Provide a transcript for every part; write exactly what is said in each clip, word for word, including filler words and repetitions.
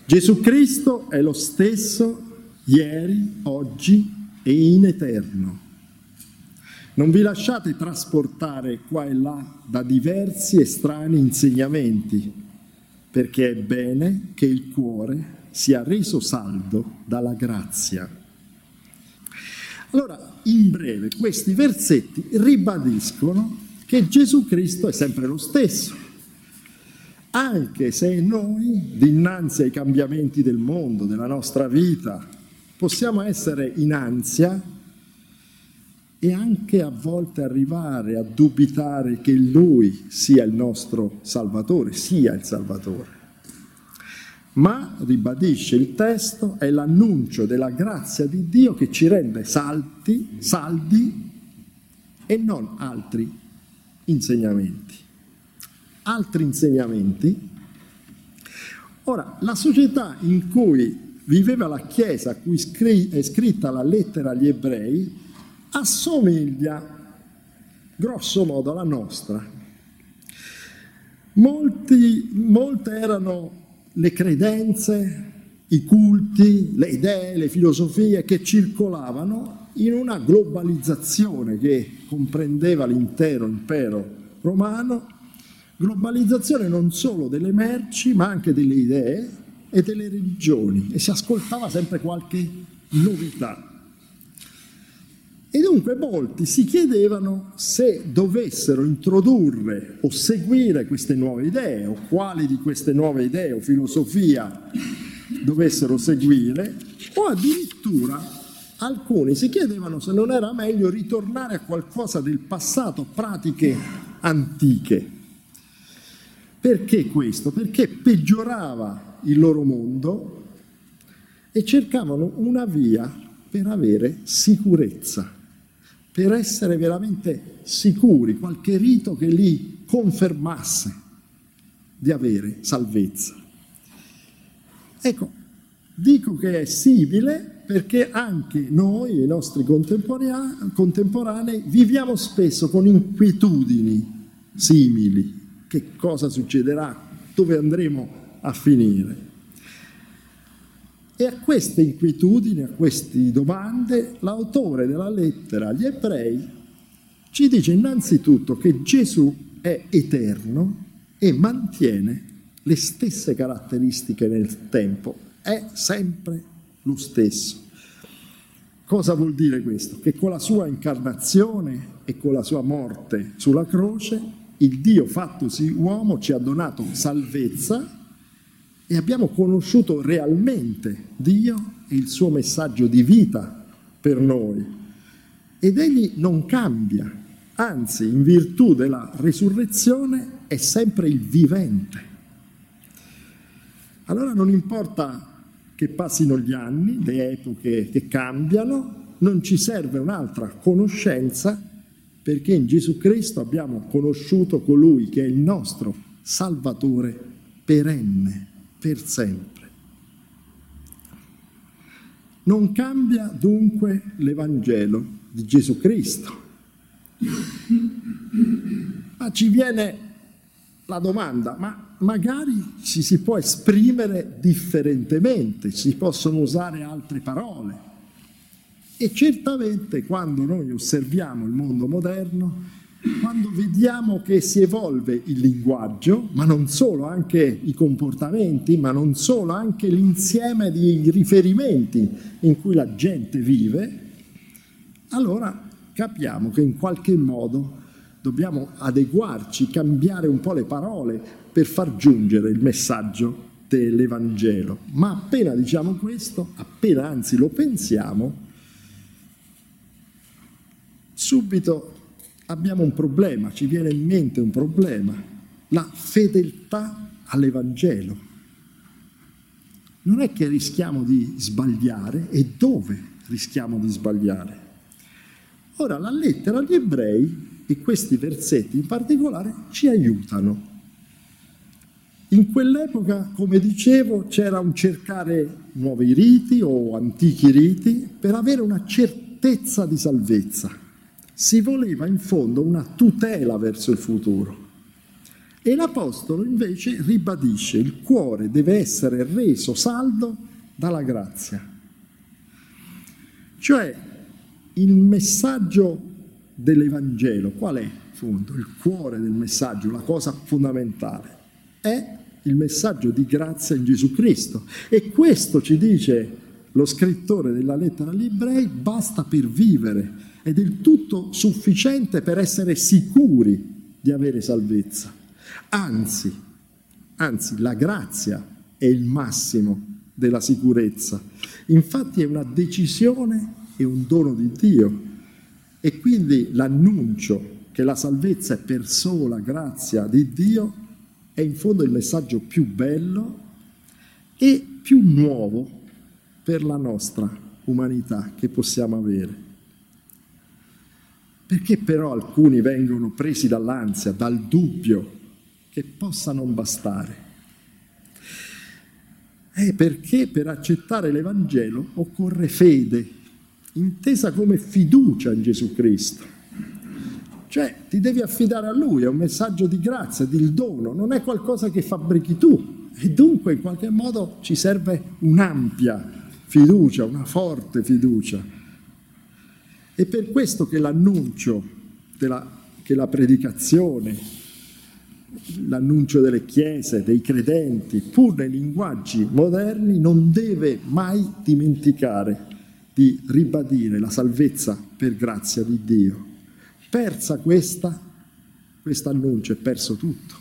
Gesù Cristo è lo stesso ieri, oggi e in eterno. Non vi lasciate trasportare qua e là da diversi e strani insegnamenti, perché è bene che il cuore sia reso saldo dalla grazia. Allora, in breve, questi versetti ribadiscono che Gesù Cristo è sempre lo stesso, anche se noi, dinanzi ai cambiamenti del mondo, della nostra vita, possiamo essere in ansia e anche a volte arrivare a dubitare che Lui sia il nostro Salvatore, sia il Salvatore. Ma, ribadisce il testo, è l'annuncio della grazia di Dio che ci rende saldi, saldi e non altri insegnamenti. Altri insegnamenti. Ora, la società in cui viveva la Chiesa, a cui è scritta la lettera agli ebrei, assomiglia grosso modo alla nostra. Molti, molte erano le credenze, i culti, le idee, le filosofie che circolavano in una globalizzazione che comprendeva l'intero impero romano, globalizzazione non solo delle merci ma anche delle idee e delle religioni, e si ascoltava sempre qualche novità. E dunque molti si chiedevano se dovessero introdurre o seguire queste nuove idee, o quali di queste nuove idee o filosofia dovessero seguire, o addirittura alcuni si chiedevano se non era meglio ritornare a qualcosa del passato, pratiche antiche. Perché questo? Perché peggiorava il loro mondo e cercavano una via per avere sicurezza, per essere veramente sicuri, qualche rito che li confermasse di avere salvezza. Ecco, dico che è simile perché anche noi, i nostri contemporanei, viviamo spesso con inquietudini simili. Che cosa succederà? Dove andremo a finire? E a queste inquietudini, a queste domande, l'autore della lettera agli ebrei ci dice innanzitutto che Gesù è eterno e mantiene le stesse caratteristiche nel tempo, è sempre lo stesso. Cosa vuol dire questo? Che con la sua incarnazione e con la sua morte sulla croce, il Dio fattosi uomo ci ha donato salvezza e abbiamo conosciuto realmente Dio e il suo messaggio di vita per noi. Ed egli non cambia, anzi, in virtù della risurrezione è sempre il vivente. Allora non importa che passino gli anni, le epoche che cambiano, non ci serve un'altra conoscenza, perché in Gesù Cristo abbiamo conosciuto colui che è il nostro Salvatore perenne, per sempre. Non cambia dunque l'Evangelo di Gesù Cristo. Ma ci viene la domanda, ma magari ci si può esprimere differentemente, si possono usare altre parole. E certamente quando noi osserviamo il mondo moderno, quando vediamo che si evolve il linguaggio, ma non solo, anche i comportamenti, ma non solo, anche l'insieme di riferimenti in cui la gente vive, allora capiamo che in qualche modo dobbiamo adeguarci, cambiare un po' le parole per far giungere il messaggio dell'Evangelo. Ma appena diciamo questo, appena anzi lo pensiamo, subito abbiamo un problema, ci viene in mente un problema, la fedeltà all'Evangelo. Non è che rischiamo di sbagliare, e dove rischiamo di sbagliare? Ora, la lettera agli ebrei, e questi versetti in particolare, ci aiutano. In quell'epoca, come dicevo, c'era un cercare nuovi riti o antichi riti per avere una certezza di salvezza. Si voleva in fondo una tutela verso il futuro. E l'Apostolo invece ribadisce: il cuore deve essere reso saldo dalla grazia. Cioè, il messaggio dell'Evangelo, qual è in fondo? Il cuore del messaggio, la cosa fondamentale, è il messaggio di grazia in Gesù Cristo. E questo, ci dice lo scrittore della lettera agli Ebrei, basta per vivere, è del tutto sufficiente per essere sicuri di avere salvezza. Anzi, anzi, la grazia è il massimo della sicurezza. Infatti è una decisione e un dono di Dio. E quindi l'annuncio che la salvezza è per sola grazia di Dio è in fondo il messaggio più bello e più nuovo per la nostra umanità che possiamo avere. Perché però alcuni vengono presi dall'ansia, dal dubbio che possa non bastare? È perché per accettare l'Evangelo occorre fede, intesa come fiducia in Gesù Cristo. Cioè ti devi affidare a Lui, è un messaggio di grazia, di dono, non è qualcosa che fabbrichi tu. E dunque in qualche modo ci serve un'ampia fiducia, una forte fiducia. È per questo che l'annuncio, della, che la predicazione, l'annuncio delle chiese, dei credenti, pur nei linguaggi moderni, non deve mai dimenticare di ribadire la salvezza per grazia di Dio. Persa questa, questo annuncio è perso tutto.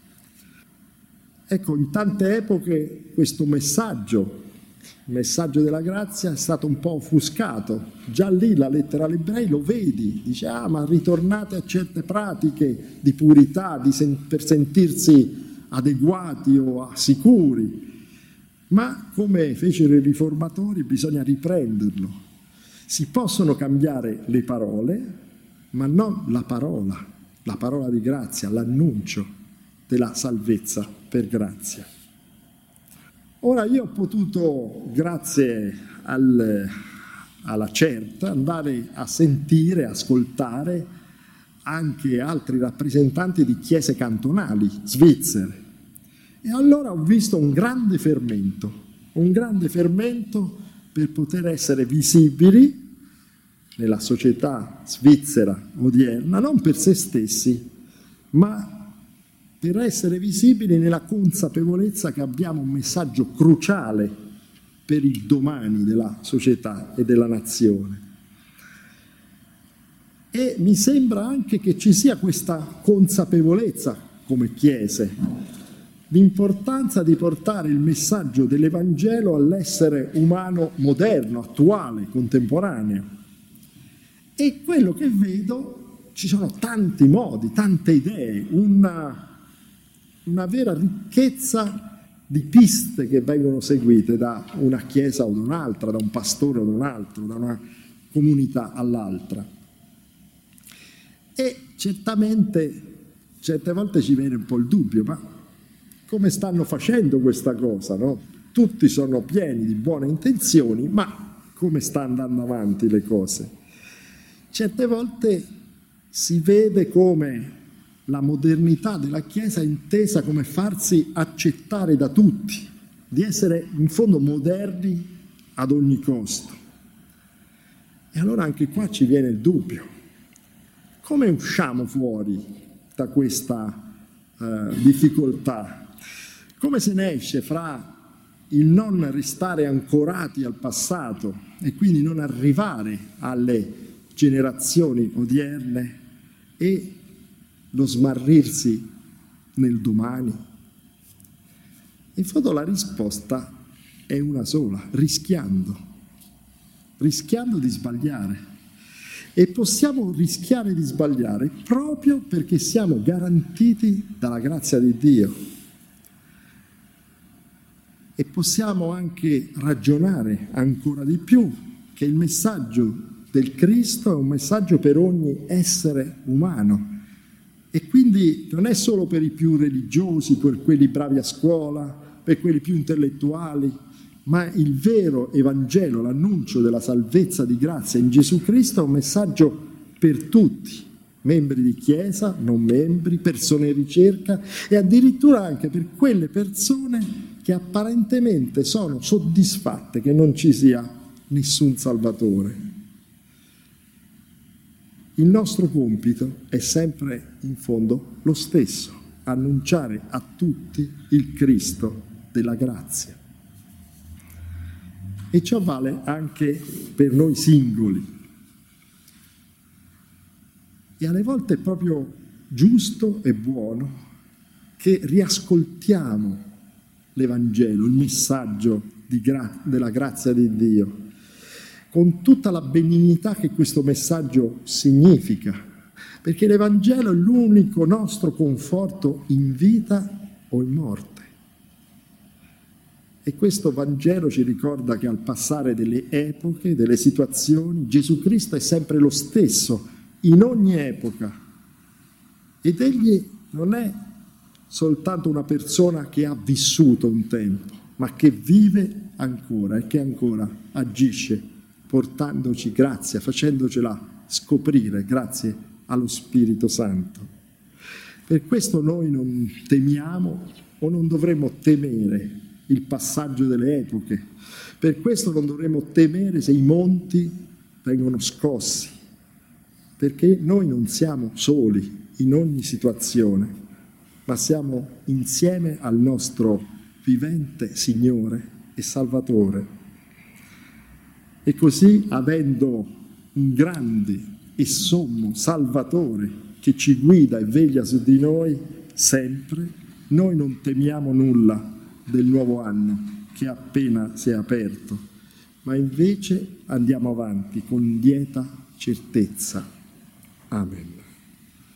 Ecco, in tante epoche questo messaggio, il messaggio della grazia, è stato un po' offuscato. Già lì la lettera agli Ebrei lo vedi, dice: ah, ma ritornate a certe pratiche di purità, di sen- per sentirsi adeguati o sicuri. Ma come fecero i riformatori bisogna riprenderlo. Si possono cambiare le parole, ma non la parola, la parola di grazia, l'annuncio della salvezza per grazia. Ora io ho potuto, grazie al, alla CERT, andare a sentire, ascoltare anche altri rappresentanti di chiese cantonali svizzere. E allora ho visto un grande fermento, un grande fermento per poter essere visibili nella società svizzera odierna, non per se stessi, ma per essere visibili nella consapevolezza che abbiamo un messaggio cruciale per il domani della società e della nazione. E mi sembra anche che ci sia questa consapevolezza come chiese, l'importanza di portare il messaggio dell'Evangelo all'essere umano moderno, attuale, contemporaneo. E quello che vedo, ci sono tanti modi, tante idee, una, una vera ricchezza di piste che vengono seguite da una chiesa o da un'altra, da un pastore o da un altro, da una comunità all'altra. E certamente, certe volte ci viene un po' il dubbio, ma come stanno facendo questa cosa, no? Tutti sono pieni di buone intenzioni, ma come stanno andando avanti le cose? Certe volte si vede come la modernità della Chiesa è intesa come farsi accettare da tutti, di essere in fondo moderni ad ogni costo. E allora anche qua ci viene il dubbio. Come usciamo fuori da questa uh, difficoltà? Come se ne esce fra il non restare ancorati al passato e quindi non arrivare alle generazioni odierne e lo smarrirsi nel domani? In fondo la risposta è una sola: rischiando, rischiando di sbagliare. E possiamo rischiare di sbagliare proprio perché siamo garantiti dalla grazia di Dio. E possiamo anche ragionare ancora di più che il messaggio del Cristo è un messaggio per ogni essere umano. E quindi non è solo per i più religiosi, per quelli bravi a scuola, per quelli più intellettuali, ma il vero Evangelo, l'annuncio della salvezza di grazia in Gesù Cristo è un messaggio per tutti, membri di chiesa, non membri, persone in ricerca e addirittura anche per quelle persone che apparentemente sono soddisfatte che non ci sia nessun Salvatore. Il nostro compito è sempre in fondo lo stesso, annunciare a tutti il Cristo della grazia. E ciò vale anche per noi singoli. E alle volte è proprio giusto e buono che riascoltiamo l'Evangelo, il messaggio di gra- della grazia di Dio, con tutta la benignità che questo messaggio significa, perché l'Evangelo è l'unico nostro conforto in vita o in morte. E questo Vangelo ci ricorda che al passare delle epoche, delle situazioni, Gesù Cristo è sempre lo stesso in ogni epoca. Ed egli non è soltanto una persona che ha vissuto un tempo, ma che vive ancora e che ancora agisce, portandoci grazia, facendocela scoprire grazie allo Spirito Santo. Per questo noi non temiamo o non dovremmo temere il passaggio delle epoche. Per questo non dovremmo temere se i monti vengono scossi, perché noi non siamo soli in ogni situazione, ma siamo insieme al nostro vivente Signore e Salvatore. E così, avendo un grande e sommo Salvatore che ci guida e veglia su di noi sempre, noi non temiamo nulla del nuovo anno che appena si è aperto, ma invece andiamo avanti con lieta certezza. Amen.